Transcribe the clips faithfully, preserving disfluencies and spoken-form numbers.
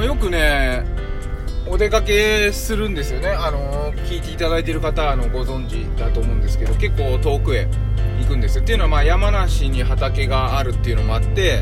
よくねお出かけするんですよね。あの聞いていただいている方はあのご存知だと思うんですけど、結構遠くへ行くんですよ。っていうのはまあ山梨に畑があるっていうのもあって、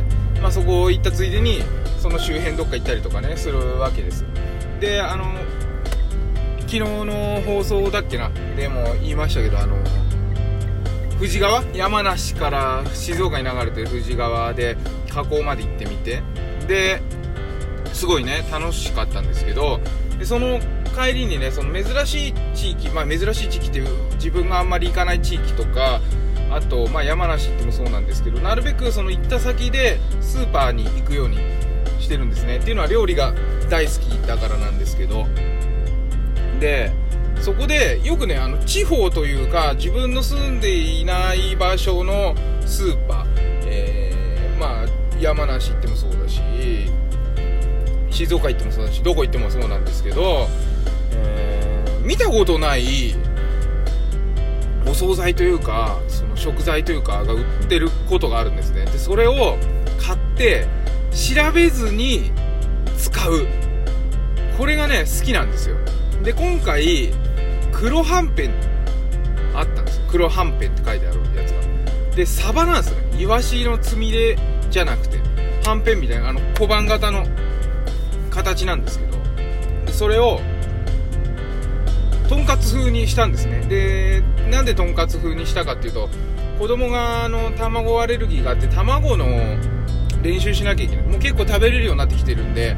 まあ、そこ行ったついでにその周辺どっか行ったりとかねするわけです。であの昨日の放送だっけなでも言いましたけど、あの富士川、山梨から静岡に流れてる富士川で河口まで行ってみて、ですごいね楽しかったんですけど、でその帰りにねその珍しい地域、まあ珍しい地域っていう自分があんまり行かない地域とか、あとまあ山梨ってもそうなんですけど、なるべくその行った先でスーパーに行くようにしてるんですね。っていうのは料理が大好きだからなんですけど、でそこでよくねあの地方というか自分の住んでいない場所のスーパー、えー、まあ山梨行ってもそうだし静岡行ってもそうだしどこ行ってもそうなんですけど、えー、見たことないお惣菜というかその食材というかが売ってることがあるんですね。でそれを買って調べずに使う、これがね好きなんですよ。で今回黒はんぺんあったんですよ。黒はんぺんって書いてあるやつがでサバなんですよね。イワシのつみれじゃなくてはんぺんみたいなあの小判型の形なんですけど、でそれをとんかつ風にしたんですね。でなんでとんかつ風にしたかっていうと、子供があの卵アレルギーがあって卵の練習しなきゃいけない。もう結構食べれるようになってきてるんで、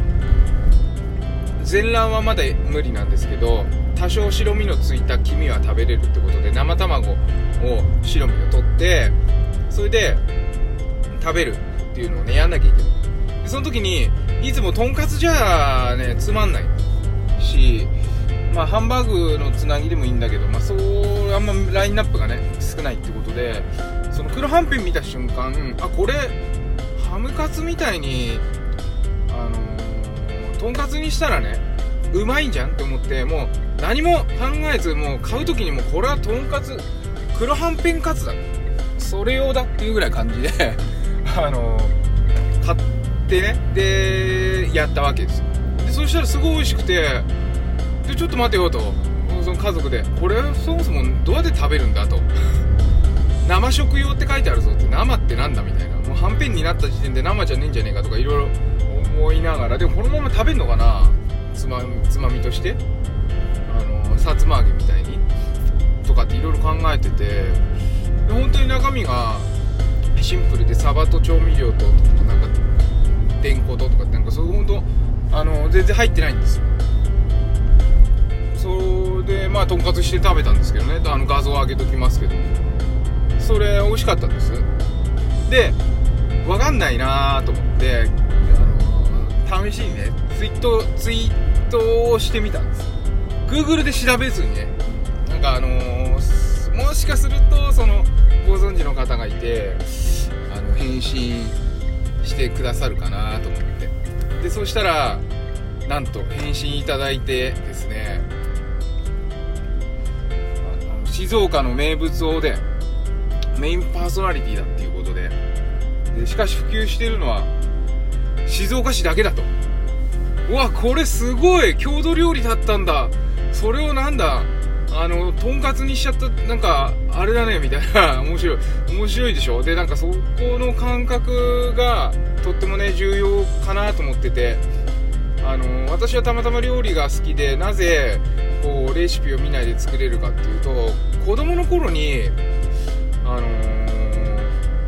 全卵はまだ無理なんですけど多少白身のついた黄身は食べれるってことで生卵を白身を取ってそれで食べるっていうのをねやんなきゃいけない。でその時にいつもとんかつじゃねつまんないし、まあハンバーグのつなぎでもいいんだけど、まあそうあんまラインナップがね少ないってことで、その黒はんぺん見た瞬間、あこれハムカツみたいにあのー、とんかつにしたらねうまいんじゃんって思って、もう何も考えずもう買う時にもこれはとんかつ黒はんぺんカツだそれ用だっていうぐらい感じであのー、買ってねでやったわけですよ。でそしたらすごい美味しくて、でちょっと待てよとその家族でこれそもそもどうやって食べるんだと生食用って書いてあるぞって、生ってなんだみたいな、もうはんぺんになった時点で生じゃねえんじゃねえかとかいろいろ思いながら、でもこのまま食べるのかなつまみ、つまみとしてあのさつま揚げみたいにとかっていろいろ考えてて、で本当に中身がシンプルでサバと調味料となんかでんこととかってなんかそういう本当あの全然入ってないんですよ。それでまあとんかつして食べたんですけどね、あの画像上げときますけどそれ美味しかったんです。で分かんないなと思ってあの試しにねツイートツイートをしてみたんです。 Google で調べずにね、なんかあのー、もしかするとそのご存知の方がいてあの返信してくださるかなと思って、でそしたらなんと返信いただいてですね、あの静岡の名物おでんメインパーソナリティだっていうことで、でしかし普及しているのは静岡市だけだと。うわこれすごい郷土料理だったんだ、それをなんだあのとんかつにしちゃったなんかあれだねみたいな面白い面白いでしょ。でなんかそこの感覚がとってもね重要かなと思ってて、あの私はたまたま料理が好きで、なぜこうレシピを見ないで作れるかっていうと、子供の頃にあのー、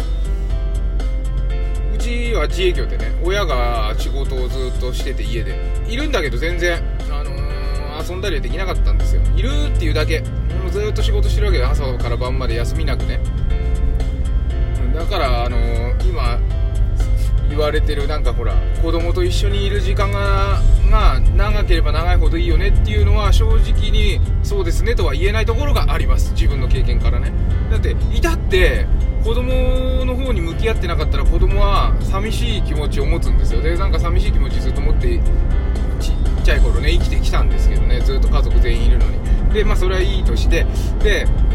うちは自営業でね親が仕事をずっとしてて家でいるんだけど全然、あのー、遊んだりはできなかったんですよ。いるっていうだけ、もうずっと仕事してるわけで朝から晩まで休みなくね。だからあのー、今言われてるなんかほら子供と一緒にいる時間が、が長ければ長いほどいいよねっていうのは正直にそうですねとは言えないところがあります、自分の経験からね。だっていたって子供の方に向き合ってなかったら子供は寂しい気持ちを持つんですよ。でなんか寂しい気持ちずっと持ってちっちゃい頃ね生きてきたんですけどね、ずっと家族全員いるのに。でまあそれはいいとして、で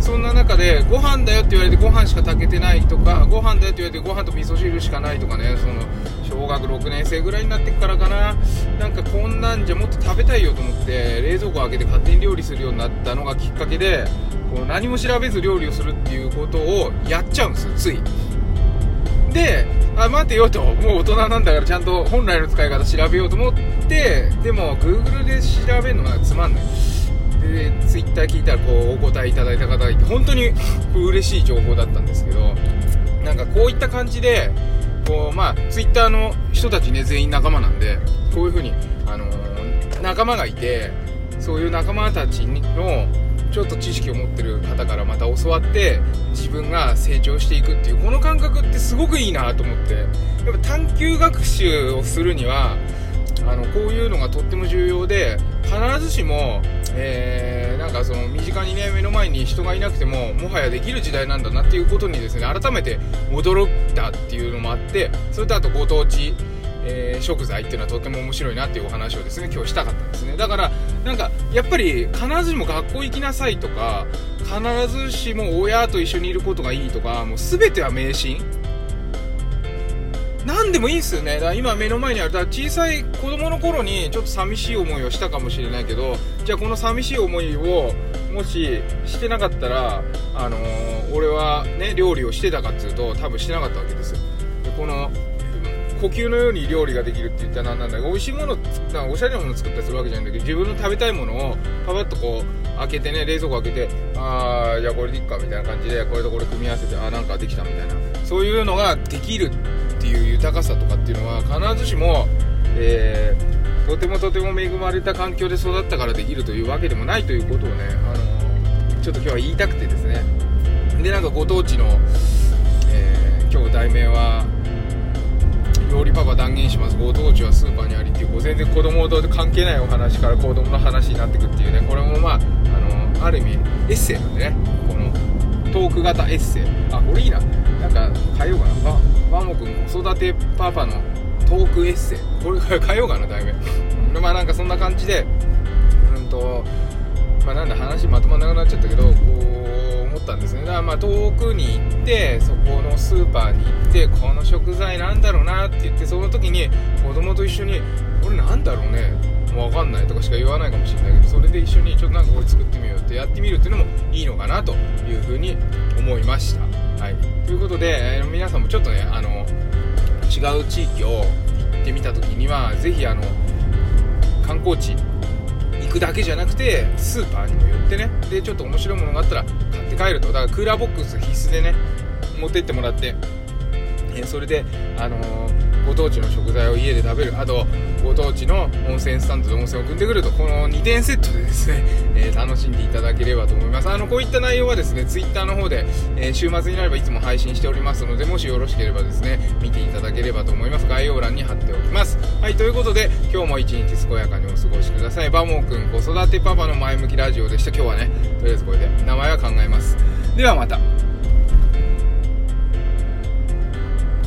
そんな中でご飯だよって言われてご飯しか炊けてないとか、ご飯だよって言われてご飯と味噌汁しかないとかね、その小学ろくねん生ぐらいになってからかな、なんかこんなんじゃもっと食べたいよと思って冷蔵庫開けて勝手に料理するようになったのがきっかけで、こう何も調べず料理をするっていうことをやっちゃうんですよ、つい。で、あ、待てよと、もう大人なんだからちゃんと本来の使い方調べようと思って、でも Google で調べるのがつまんない。で、Twitter 聞いたらこうお答えいただいた方がいて、本当に嬉しい情報だったんですけど、なんかこういった感じで、こうまあ Twitter の人たちね、全員仲間なんで、こういう風にあのー、仲間がいて、そういう仲間たちのちょっと知識を持ってる方からまた教わって自分が成長していくっていうこの感覚ってすごくいいなと思って、やっぱ探究学習をするにはあのこういうのがとっても重要で、必ずしも、えー、なんかその身近にね目の前に人がいなくてももはやできる時代なんだなっていうことにですね、改めて驚いたっていうのもあって、それとあとご当地えー、食材っていうのはとても面白いなっていうお話をですね今日したかったんですね。だからなんかやっぱり必ずしも学校行きなさいとか、必ずしも親と一緒にいることがいいとか、もう全ては迷信なんでもいいんですよね。だから今目の前にある、だから小さい子供の頃にちょっと寂しい思いをしたかもしれないけど、じゃあこの寂しい思いをもししてなかったら、あのー、俺はね料理をしてたかっていうと多分してなかったわけですよ。でこの呼吸のように料理ができるって言ったら何なんだけど、美味しいもの、おしゃれなものを作ったりするわけじゃないんだけど、自分の食べたいものをパパッとこう開けてね、冷蔵庫開けて、あーじゃあこれでいっかみたいな感じでこれとこれ組み合わせて、あーなんかできたみたいな、そういうのができるっていう豊かさとかっていうのは必ずしも、えー、とてもとても恵まれた環境で育ったからできるというわけでもないということをね、あのー、ちょっと今日は言いたくてですね。でなんかご当地の、えー、今日題名は料理パパ断言します、ご当地はスーパーにありっていう、こう全然子供と関係ないお話から子供の話になっていくっていうね、これもまあ、あのある意味エッセイなんでね、このトーク型エッセイ、あこれいいな、なんか変えようかな、ババモくん子育てパパのトークエッセイ、これ変えようかな題名まあなんかそんな感じで、うんとまあなんだ話まとまらなくなっちゃったけど、こう思ったんですね。だからまあ遠くに行って、そこのスーパーに行って、この食材なんだろうなって言って、その時に子供と一緒にこれなんだろうね、もう分かんないとかしか言わないかもしれないけど、それで一緒にちょっとなんかこれ作ってみようってやってみるっていうのもいいのかなというふうに思いました。はい、ということで、えー、皆さんもちょっとねあの違う地域を行ってみた時にはぜひあの観光地行くだけじゃなくてスーパーにも寄ってね、でちょっと面白いものがあったら買って帰ると。だからクーラーボックス必須でね持ってってもらって、えー、それであのー、ご当地の食材を家で食べる、あとご当地の温泉スタンドで温泉を組んでくると、このにてんセットでですね、えー、楽しんでいただければと思います。あのこういった内容はですねツイッターの方で、えー、週末になればいつも配信しておりますので、もしよろしければですね見ていただければと思います。概要欄に貼っておきます。はい、ということで今日も一日健やかにお過ごしください。バモーくん子育てパパの前向きラジオでした。今日はねとりあえずこれで名前は考えます。ではまた。